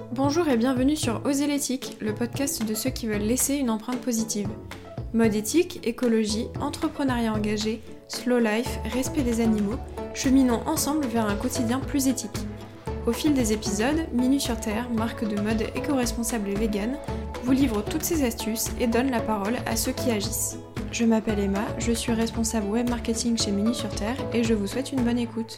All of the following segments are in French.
Bonjour et bienvenue sur Oser l'éthique, le podcast de ceux qui veulent laisser une empreinte positive. Mode éthique, écologie, entrepreneuriat engagé, slow life, respect des animaux, cheminons ensemble vers un quotidien plus éthique. Au fil des épisodes, Minu sur Terre, marque de mode éco-responsable et vegan, vous livre toutes ses astuces et donne la parole à ceux qui agissent. Je m'appelle Emma, je suis responsable web marketing chez Minu sur Terre et je vous souhaite une bonne écoute.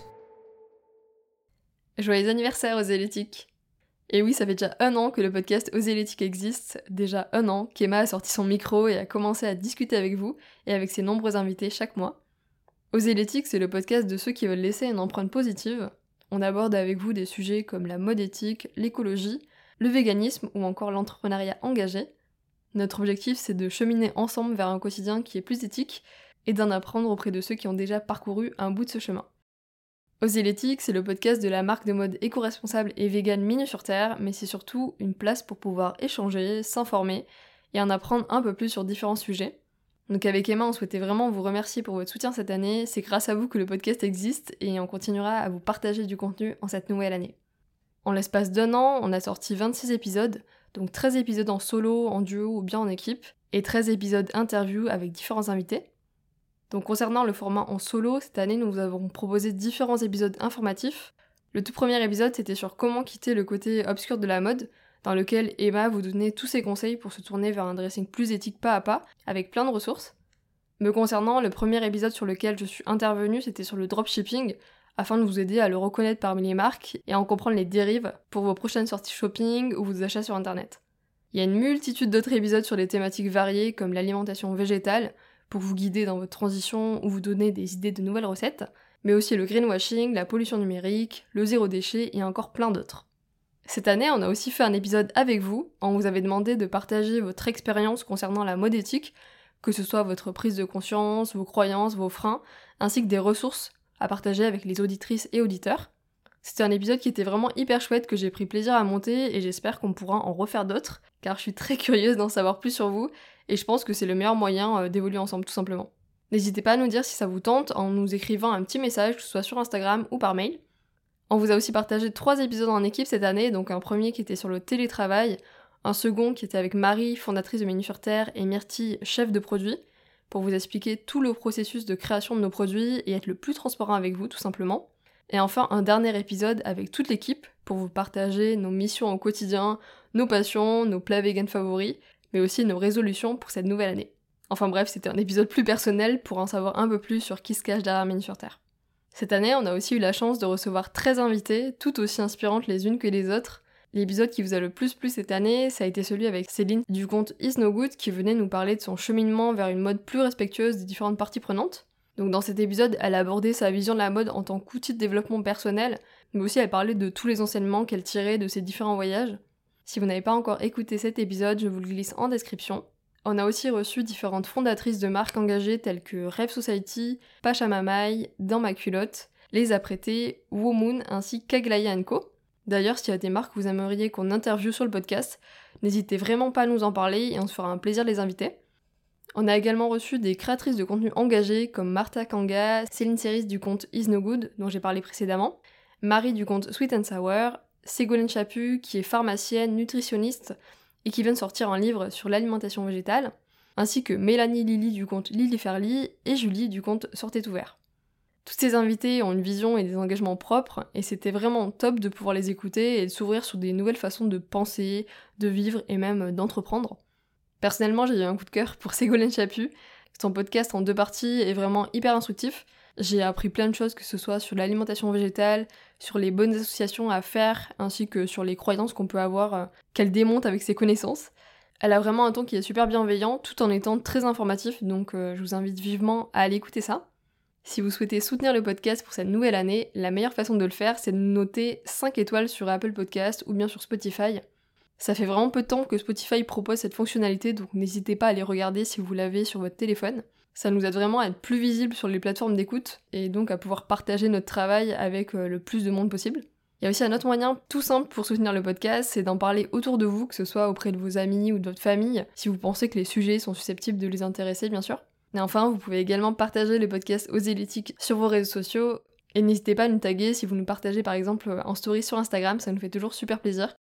Joyeux anniversaire Oser l'éthique! Et oui, ça fait déjà 1 an que le podcast Oser l'éthique existe, déjà 1 an qu'Emma a sorti son micro et a commencé à discuter avec vous et avec ses nombreux invités chaque mois. Oser l'éthique, c'est le podcast de ceux qui veulent laisser une empreinte positive. On aborde avec vous des sujets comme la mode éthique, l'écologie, le véganisme ou encore l'entrepreneuriat engagé. Notre objectif, c'est de cheminer ensemble vers un quotidien qui est plus éthique et d'en apprendre auprès de ceux qui ont déjà parcouru un bout de ce chemin. Oser l'éthique, c'est le podcast de la marque de mode éco-responsable et vegan Minu sur Terre, mais c'est surtout une place pour pouvoir échanger, s'informer et en apprendre un peu plus sur différents sujets. Donc avec Emma, on souhaitait vraiment vous remercier pour votre soutien cette année, c'est grâce à vous que le podcast existe et on continuera à vous partager du contenu en cette nouvelle année. En l'espace d'1 an, on a sorti 26 épisodes, donc 13 épisodes en solo, en duo ou bien en équipe, et 13 épisodes interview avec différents invités. Donc concernant le format en solo, cette année nous vous avons proposé différents épisodes informatifs. Le tout premier épisode c'était sur comment quitter le côté obscur de la mode, dans lequel Emma vous donnait tous ses conseils pour se tourner vers un dressing plus éthique pas à pas, avec plein de ressources. Me concernant, le premier épisode sur lequel je suis intervenue c'était sur le dropshipping, afin de vous aider à le reconnaître parmi les marques et à en comprendre les dérives pour vos prochaines sorties shopping ou vos achats sur internet. Il y a une multitude d'autres épisodes sur des thématiques variées comme l'alimentation végétale, pour vous guider dans votre transition ou vous donner des idées de nouvelles recettes, mais aussi le greenwashing, la pollution numérique, le zéro déchet et encore plein d'autres. Cette année, on a aussi fait un épisode avec vous, on vous avait demandé de partager votre expérience concernant la mode éthique, que ce soit votre prise de conscience, vos croyances, vos freins, ainsi que des ressources à partager avec les auditrices et auditeurs. C'était un épisode qui était vraiment hyper chouette, que j'ai pris plaisir à monter et j'espère qu'on pourra en refaire d'autres, car je suis très curieuse d'en savoir plus sur vous et je pense que c'est le meilleur moyen d'évoluer ensemble tout simplement. N'hésitez pas à nous dire si ça vous tente en nous écrivant un petit message, que ce soit sur Instagram ou par mail. On vous a aussi partagé 3 épisodes en équipe cette année, donc un premier qui était sur le télétravail, un second qui était avec Marie, fondatrice de Minu sur Terre, et Myrtille, chef de produit, pour vous expliquer tout le processus de création de nos produits et être le plus transparent avec vous tout simplement. Et enfin, un dernier épisode avec toute l'équipe pour vous partager nos missions au quotidien, nos passions, nos plats vegan favoris, mais aussi nos résolutions pour cette nouvelle année. Enfin bref, c'était un épisode plus personnel pour en savoir un peu plus sur qui se cache derrière Minu sur Terre. Cette année, on a aussi eu la chance de recevoir 13 invités, toutes aussi inspirantes les unes que les autres. L'épisode qui vous a le plus plu cette année, ça a été celui avec Céline du compte Is No Good qui venait nous parler de son cheminement vers une mode plus respectueuse des différentes parties prenantes. Donc dans cet épisode, elle a abordé sa vision de la mode en tant qu'outil de développement personnel, mais aussi elle parlait de tous les enseignements qu'elle tirait de ses différents voyages. Si vous n'avez pas encore écouté cet épisode, je vous le glisse en description. On a aussi reçu différentes fondatrices de marques engagées telles que Rêve Society, Pachamamaï, Dans ma culotte, Les Apprêtés, Womoon ainsi qu'Aglaya & Co. D'ailleurs, s'il y a des marques que vous aimeriez qu'on interviewe sur le podcast, n'hésitez vraiment pas à nous en parler et on se fera un plaisir de les inviter. On a également reçu des créatrices de contenu engagées comme Martha Kanga, Céline Ceris du compte Is No Good, dont j'ai parlé précédemment, Marie du compte Sweet and Sour, Ségolène Chaput qui est pharmacienne, nutritionniste et qui vient de sortir un livre sur l'alimentation végétale, ainsi que Mélanie Lily du compte Lily Ferly et Julie du compte Sortez ouvert. Toutes ces invités ont une vision et des engagements propres et c'était vraiment top de pouvoir les écouter et de s'ouvrir sur des nouvelles façons de penser, de vivre et même d'entreprendre. Personnellement, j'ai eu un coup de cœur pour Ségolène Chaput. Son podcast en 2 parties est vraiment hyper instructif. J'ai appris plein de choses, que ce soit sur l'alimentation végétale, sur les bonnes associations à faire, ainsi que sur les croyances qu'on peut avoir, qu'elle démonte avec ses connaissances. Elle a vraiment un ton qui est super bienveillant, tout en étant très informatif, donc je vous invite vivement à aller écouter ça. Si vous souhaitez soutenir le podcast pour cette nouvelle année, la meilleure façon de le faire, c'est de noter 5 étoiles sur Apple Podcast ou bien sur Spotify. Ça fait vraiment peu de temps que Spotify propose cette fonctionnalité, donc n'hésitez pas à aller regarder si vous l'avez sur votre téléphone. Ça nous aide vraiment à être plus visible sur les plateformes d'écoute, et donc à pouvoir partager notre travail avec le plus de monde possible. Il y a aussi un autre moyen tout simple pour soutenir le podcast, c'est d'en parler autour de vous, que ce soit auprès de vos amis ou de votre famille, si vous pensez que les sujets sont susceptibles de les intéresser bien sûr. Et enfin, vous pouvez également partager le podcast Oser l'éthique sur vos réseaux sociaux, et n'hésitez pas à nous taguer si vous nous partagez par exemple en story sur Instagram, ça nous fait toujours super plaisir.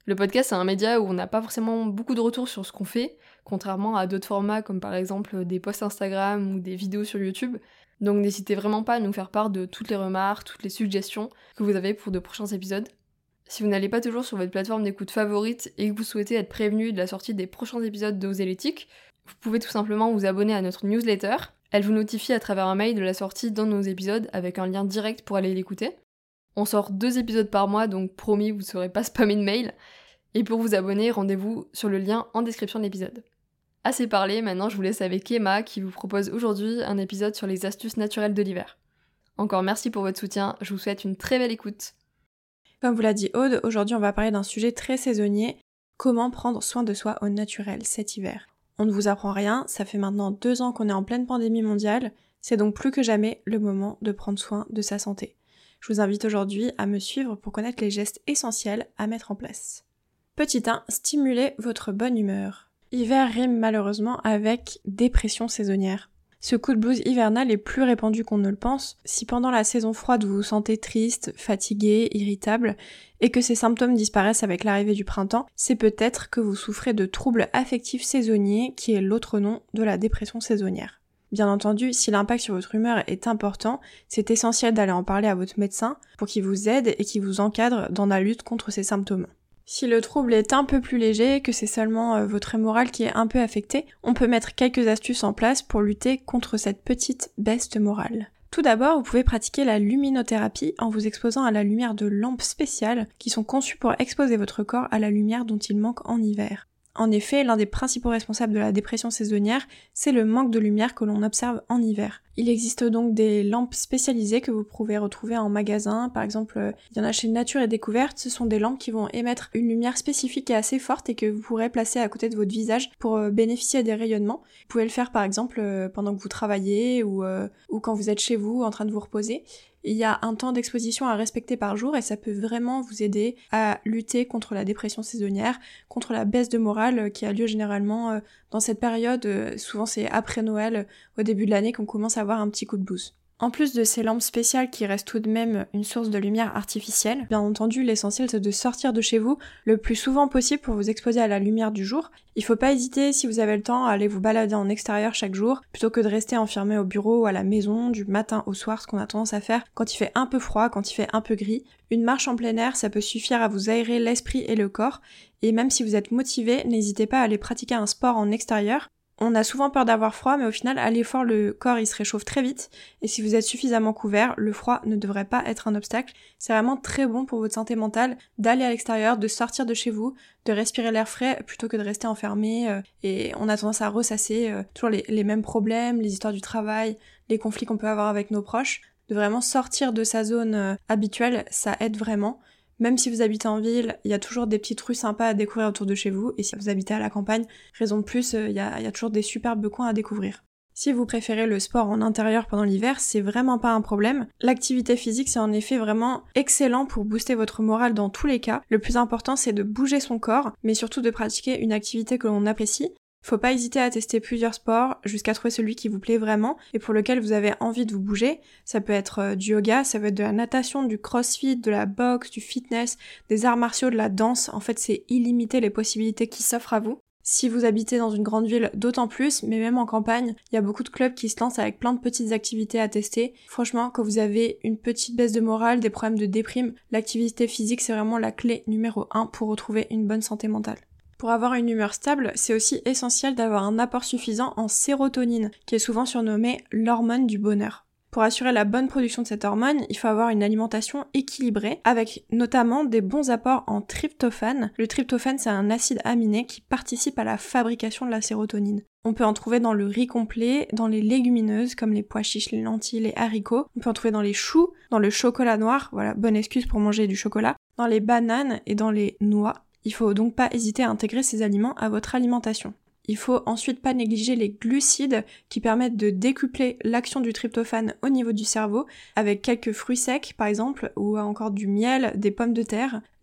Le podcast, c'est un média où on n'a pas forcément beaucoup de retours sur ce qu'on fait, contrairement à d'autres formats comme par exemple des posts Instagram ou des vidéos sur YouTube. Donc n'hésitez vraiment pas à nous faire part de toutes les remarques, toutes les suggestions que vous avez pour de prochains épisodes. Si vous n'allez pas toujours sur votre plateforme d'écoute favorite et que vous souhaitez être prévenu de la sortie des prochains épisodes d'Oser l'éthique, vous pouvez tout simplement vous abonner à notre newsletter. Elle vous notifie à travers un mail de la sortie d'un de nos épisodes avec un lien direct pour aller l'écouter. On sort 2 épisodes par mois, donc promis, vous ne serez pas spammé de mail. Et pour vous abonner, rendez-vous sur le lien en description de l'épisode. Assez parlé, maintenant je vous laisse avec Emma qui vous propose aujourd'hui un épisode sur les astuces naturelles de l'hiver. Encore merci pour votre soutien, je vous souhaite une très belle écoute. Comme vous l'a dit Aude, aujourd'hui on va parler d'un sujet très saisonnier, comment prendre soin de soi au naturel cet hiver. On ne vous apprend rien, ça fait maintenant 2 ans qu'on est en pleine pandémie mondiale, c'est donc plus que jamais le moment de prendre soin de sa santé. Je vous invite aujourd'hui à me suivre pour connaître les gestes essentiels à mettre en place. Petit 1, stimulez votre bonne humeur. Hiver rime malheureusement avec dépression saisonnière. Ce coup de blues hivernal est plus répandu qu'on ne le pense. Si pendant la saison froide vous vous sentez triste, fatigué, irritable, et que ces symptômes disparaissent avec l'arrivée du printemps, c'est peut-être que vous souffrez de troubles affectifs saisonniers, qui est l'autre nom de la dépression saisonnière. Bien entendu, si l'impact sur votre humeur est important, c'est essentiel d'aller en parler à votre médecin pour qu'il vous aide et qu'il vous encadre dans la lutte contre ces symptômes. Si le trouble est un peu plus léger, que c'est seulement votre moral qui est un peu affecté, on peut mettre quelques astuces en place pour lutter contre cette petite baisse de morale. Tout d'abord, vous pouvez pratiquer la luminothérapie en vous exposant à la lumière de lampes spéciales qui sont conçues pour exposer votre corps à la lumière dont il manque en hiver. En effet, l'un des principaux responsables de la dépression saisonnière, c'est le manque de lumière que l'on observe en hiver. Il existe donc des lampes spécialisées que vous pouvez retrouver en magasin. Par exemple, il y en a chez Nature et Découverte. Ce sont des lampes qui vont émettre une lumière spécifique et assez forte et que vous pourrez placer à côté de votre visage pour bénéficier des rayonnements. Vous pouvez le faire par exemple pendant que vous travaillez ou quand vous êtes chez vous en train de vous reposer. Il y a un temps d'exposition à respecter par jour et ça peut vraiment vous aider à lutter contre la dépression saisonnière, contre la baisse de morale qui a lieu généralement dans cette période. Souvent c'est après Noël, au début de l'année qu'on commence à avoir un petit coup de blues. En plus de ces lampes spéciales qui restent tout de même une source de lumière artificielle, bien entendu l'essentiel c'est de sortir de chez vous le plus souvent possible pour vous exposer à la lumière du jour. Il faut pas hésiter si vous avez le temps à aller vous balader en extérieur chaque jour plutôt que de rester enfermé au bureau ou à la maison du matin au soir, ce qu'on a tendance à faire quand il fait un peu froid, quand il fait un peu gris. Une marche en plein air, ça peut suffire à vous aérer l'esprit et le corps, et même si vous êtes motivé, n'hésitez pas à aller pratiquer un sport en extérieur. On a souvent peur d'avoir froid, mais au final, à l'effort, le corps il se réchauffe très vite, et si vous êtes suffisamment couvert, le froid ne devrait pas être un obstacle. C'est vraiment très bon pour votre santé mentale d'aller à l'extérieur, de sortir de chez vous, de respirer l'air frais plutôt que de rester enfermé, et on a tendance à ressasser toujours les mêmes problèmes, les histoires du travail, les conflits qu'on peut avoir avec nos proches. De vraiment sortir de sa zone habituelle, ça aide vraiment. Même si vous habitez en ville, il y a toujours des petites rues sympas à découvrir autour de chez vous, et si vous habitez à la campagne, raison de plus, il y a toujours des superbes coins à découvrir. Si vous préférez le sport en intérieur pendant l'hiver, c'est vraiment pas un problème. L'activité physique, c'est en effet vraiment excellent pour booster votre morale dans tous les cas. Le plus important, c'est de bouger son corps, mais surtout de pratiquer une activité que l'on apprécie. Faut pas hésiter à tester plusieurs sports jusqu'à trouver celui qui vous plaît vraiment et pour lequel vous avez envie de vous bouger. Ça peut être du yoga, ça peut être de la natation, du crossfit, de la boxe, du fitness, des arts martiaux, de la danse. En fait, c'est illimité les possibilités qui s'offrent à vous. Si vous habitez dans une grande ville, d'autant plus, mais même en campagne, il y a beaucoup de clubs qui se lancent avec plein de petites activités à tester. Franchement, quand vous avez une petite baisse de morale, des problèmes de déprime, l'activité physique, c'est vraiment la clé numéro 1 pour retrouver une bonne santé mentale. Pour avoir une humeur stable, c'est aussi essentiel d'avoir un apport suffisant en sérotonine, qui est souvent surnommée l'hormone du bonheur. Pour assurer la bonne production de cette hormone, il faut avoir une alimentation équilibrée, avec notamment des bons apports en tryptophane. Le tryptophane, c'est un acide aminé qui participe à la fabrication de la sérotonine. On peut en trouver dans le riz complet, dans les légumineuses comme les pois chiches, les lentilles, les haricots. On peut en trouver dans les choux, dans le chocolat noir, voilà, bonne excuse pour manger du chocolat, dans les bananes et dans les noix. Il faut donc pas hésiter à intégrer ces aliments à votre alimentation. Il faut ensuite pas négliger les glucides qui permettent de décupler l'action du tryptophane au niveau du cerveau avec quelques fruits secs par exemple ou encore du miel, des pommes de terre.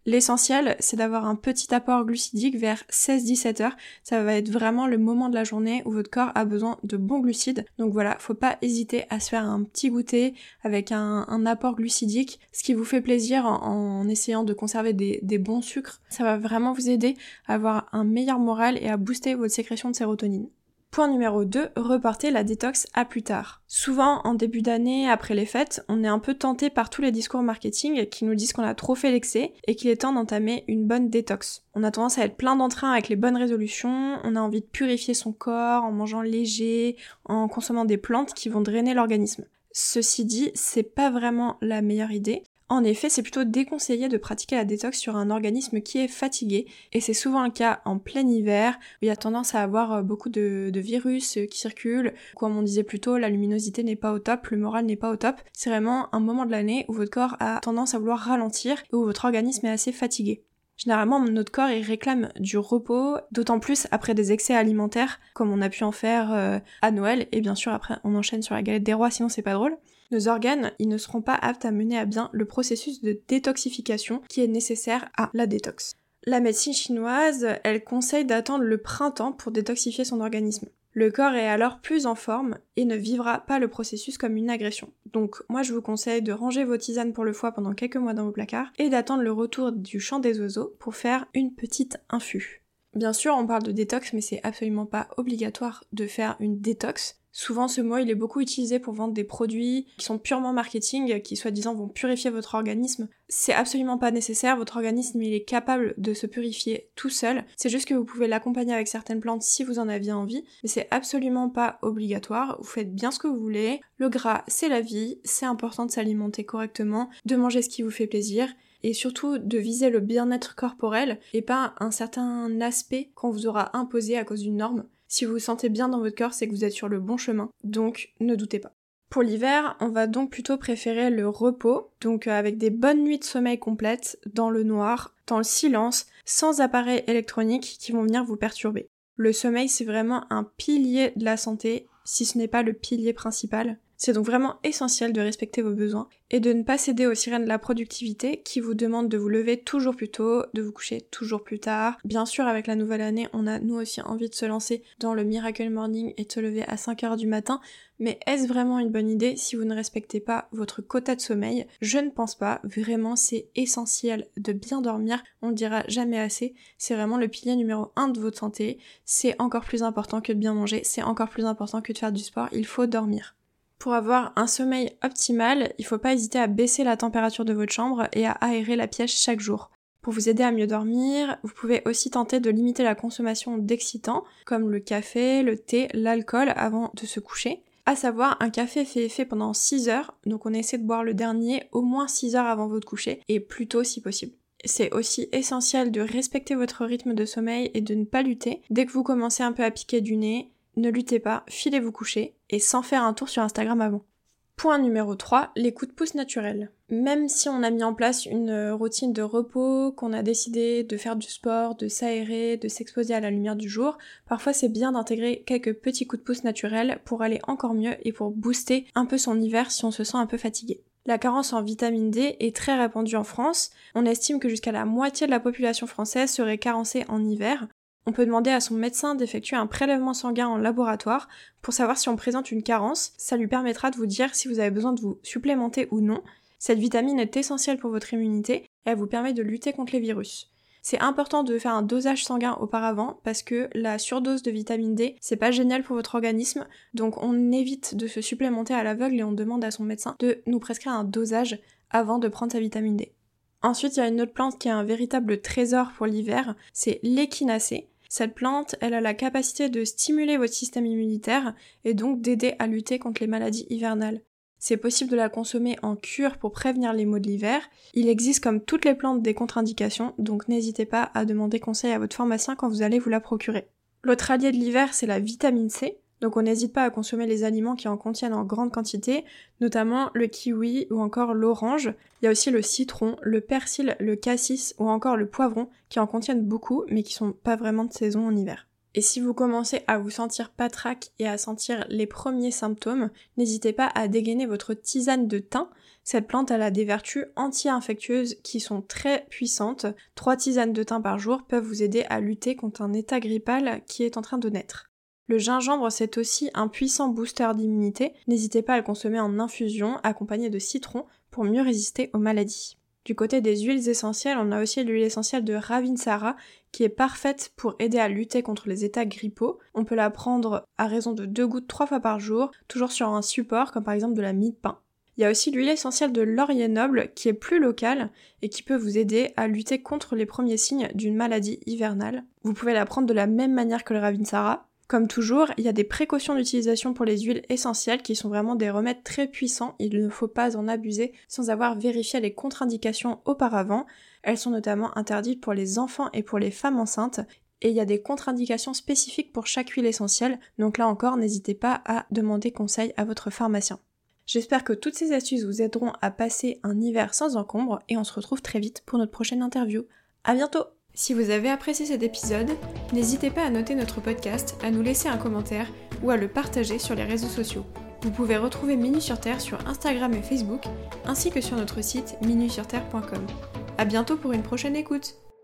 L'essentiel, c'est d'avoir un petit apport glucidique vers 16-17 heures. Ça va être vraiment le moment de la journée où votre corps a besoin de bons glucides. Donc voilà, faut pas hésiter à se faire un petit goûter avec un apport glucidique, ce qui vous fait plaisir en essayant de conserver des bons sucres. Ça va vraiment vous aider à avoir un meilleur moral et à booster votre sécrétion de sérotonine. Point numéro 2, reporter la détox à plus tard. Souvent, en début d'année, après les fêtes, on est un peu tenté par tous les discours marketing qui nous disent qu'on a trop fait l'excès et qu'il est temps d'entamer une bonne détox. On a tendance à être plein d'entrain avec les bonnes résolutions, on a envie de purifier son corps en mangeant léger, en consommant des plantes qui vont drainer l'organisme. Ceci dit, c'est pas vraiment la meilleure idée. En effet, c'est plutôt déconseillé de pratiquer la détox sur un organisme qui est fatigué, et c'est souvent le cas en plein hiver, où il y a tendance à avoir beaucoup de virus qui circulent. Comme on disait plus tôt, la luminosité n'est pas au top, le moral n'est pas au top. C'est vraiment un moment de l'année où votre corps a tendance à vouloir ralentir, et où votre organisme est assez fatigué. Généralement, notre corps il réclame du repos, d'autant plus après des excès alimentaires, comme on a pu en faire à Noël, et bien sûr après on enchaîne sur la galette des rois, sinon c'est pas drôle. Nos organes, ils ne seront pas aptes à mener à bien le processus de détoxification qui est nécessaire à la détox. La médecine chinoise, elle conseille d'attendre le printemps pour détoxifier son organisme. Le corps est alors plus en forme et ne vivra pas le processus comme une agression. Donc moi je vous conseille de ranger vos tisanes pour le foie pendant quelques mois dans vos placards et d'attendre le retour du chant des oiseaux pour faire une petite infus. Bien sûr, on parle de détox, mais c'est absolument pas obligatoire de faire une détox. Souvent, ce mot, il est beaucoup utilisé pour vendre des produits qui sont purement marketing, qui soi-disant vont purifier votre organisme. C'est absolument pas nécessaire, votre organisme, il est capable de se purifier tout seul. C'est juste que vous pouvez l'accompagner avec certaines plantes si vous en aviez envie, mais c'est absolument pas obligatoire. Vous faites bien ce que vous voulez. Le gras, c'est la vie, c'est important de s'alimenter correctement, de manger ce qui vous fait plaisir, et surtout de viser le bien-être corporel et pas un certain aspect qu'on vous aura imposé à cause d'une norme. Si vous vous sentez bien dans votre corps, c'est que vous êtes sur le bon chemin, donc ne doutez pas. Pour l'hiver, on va donc plutôt préférer le repos, donc avec des bonnes nuits de sommeil complètes, dans le noir, dans le silence, sans appareils électroniques qui vont venir vous perturber. Le sommeil, c'est vraiment un pilier de la santé, si ce n'est pas le pilier principal. C'est donc vraiment essentiel de respecter vos besoins et de ne pas céder aux sirènes de la productivité qui vous demandent de vous lever toujours plus tôt, de vous coucher toujours plus tard. Bien sûr, avec la nouvelle année, on a nous aussi envie de se lancer dans le Miracle Morning et de se lever à 5h du matin, mais est-ce vraiment une bonne idée si vous ne respectez pas votre quota de sommeil? Je ne pense pas, vraiment c'est essentiel de bien dormir, on le dira jamais assez, c'est vraiment le pilier numéro 1 de votre santé, c'est encore plus important que de bien manger, c'est encore plus important que de faire du sport, il faut dormir. Pour avoir un sommeil optimal, il ne faut pas hésiter à baisser la température de votre chambre et à aérer la pièce chaque jour. Pour vous aider à mieux dormir, vous pouvez aussi tenter de limiter la consommation d'excitants, comme le café, le thé, l'alcool avant de se coucher. À savoir, un café fait effet pendant 6 heures, donc on essaie de boire le dernier au moins 6 heures avant votre coucher, et plus tôt si possible. C'est aussi essentiel de respecter votre rythme de sommeil et de ne pas lutter. Dès que vous commencez un peu à piquer du nez, ne luttez pas, filez vous coucher, et sans faire un tour sur Instagram avant. Point numéro 3, les coups de pouce naturels. Même si on a mis en place une routine de repos, qu'on a décidé de faire du sport, de s'aérer, de s'exposer à la lumière du jour, parfois c'est bien d'intégrer quelques petits coups de pouce naturels pour aller encore mieux et pour booster un peu son hiver si on se sent un peu fatigué. La carence en vitamine D est très répandue en France. On estime que jusqu'à la moitié de la population française serait carencée en hiver. On peut demander à son médecin d'effectuer un prélèvement sanguin en laboratoire pour savoir si on présente une carence. Ça lui permettra de vous dire si vous avez besoin de vous supplémenter ou non. Cette vitamine est essentielle pour votre immunité et elle vous permet de lutter contre les virus. C'est important de faire un dosage sanguin auparavant parce que la surdose de vitamine D, c'est pas génial pour votre organisme, donc on évite de se supplémenter à l'aveugle et on demande à son médecin de nous prescrire un dosage avant de prendre sa vitamine D. Ensuite, il y a une autre plante qui est un véritable trésor pour l'hiver, c'est l'échinacée. Cette plante, elle a la capacité de stimuler votre système immunitaire et donc d'aider à lutter contre les maladies hivernales. C'est possible de la consommer en cure pour prévenir les maux de l'hiver. Il existe comme toutes les plantes des contre-indications, donc n'hésitez pas à demander conseil à votre pharmacien quand vous allez vous la procurer. L'autre allié de l'hiver, c'est la vitamine C. Donc on n'hésite pas à consommer les aliments qui en contiennent en grande quantité, notamment le kiwi ou encore l'orange. Il y a aussi le citron, le persil, le cassis ou encore le poivron qui en contiennent beaucoup mais qui sont pas vraiment de saison en hiver. Et si vous commencez à vous sentir patraque et à sentir les premiers symptômes, n'hésitez pas à dégainer votre tisane de thym. Cette plante elle a des vertus anti-infectieuses qui sont très puissantes. 3 tisanes de thym par jour peuvent vous aider à lutter contre un état grippal qui est en train de naître. Le gingembre, c'est aussi un puissant booster d'immunité. N'hésitez pas à le consommer en infusion, accompagné de citron, pour mieux résister aux maladies. Du côté des huiles essentielles, on a aussi l'huile essentielle de Ravinsara, qui est parfaite pour aider à lutter contre les états grippaux. On peut la prendre à raison de 2 gouttes 3 fois par jour, toujours sur un support, comme par exemple de la mie de pain. Il y a aussi l'huile essentielle de laurier noble, qui est plus locale, et qui peut vous aider à lutter contre les premiers signes d'une maladie hivernale. Vous pouvez la prendre de la même manière que le Ravinsara. Comme toujours, il y a des précautions d'utilisation pour les huiles essentielles qui sont vraiment des remèdes très puissants, il ne faut pas en abuser sans avoir vérifié les contre-indications auparavant. Elles sont notamment interdites pour les enfants et pour les femmes enceintes, et il y a des contre-indications spécifiques pour chaque huile essentielle, donc là encore, n'hésitez pas à demander conseil à votre pharmacien. J'espère que toutes ces astuces vous aideront à passer un hiver sans encombre, et on se retrouve très vite pour notre prochaine interview. À bientôt! Si vous avez apprécié cet épisode, n'hésitez pas à noter notre podcast, à nous laisser un commentaire ou à le partager sur les réseaux sociaux. Vous pouvez retrouver Minute sur Terre sur Instagram et Facebook, ainsi que sur notre site minuitsurterre.com. À bientôt pour une prochaine écoute!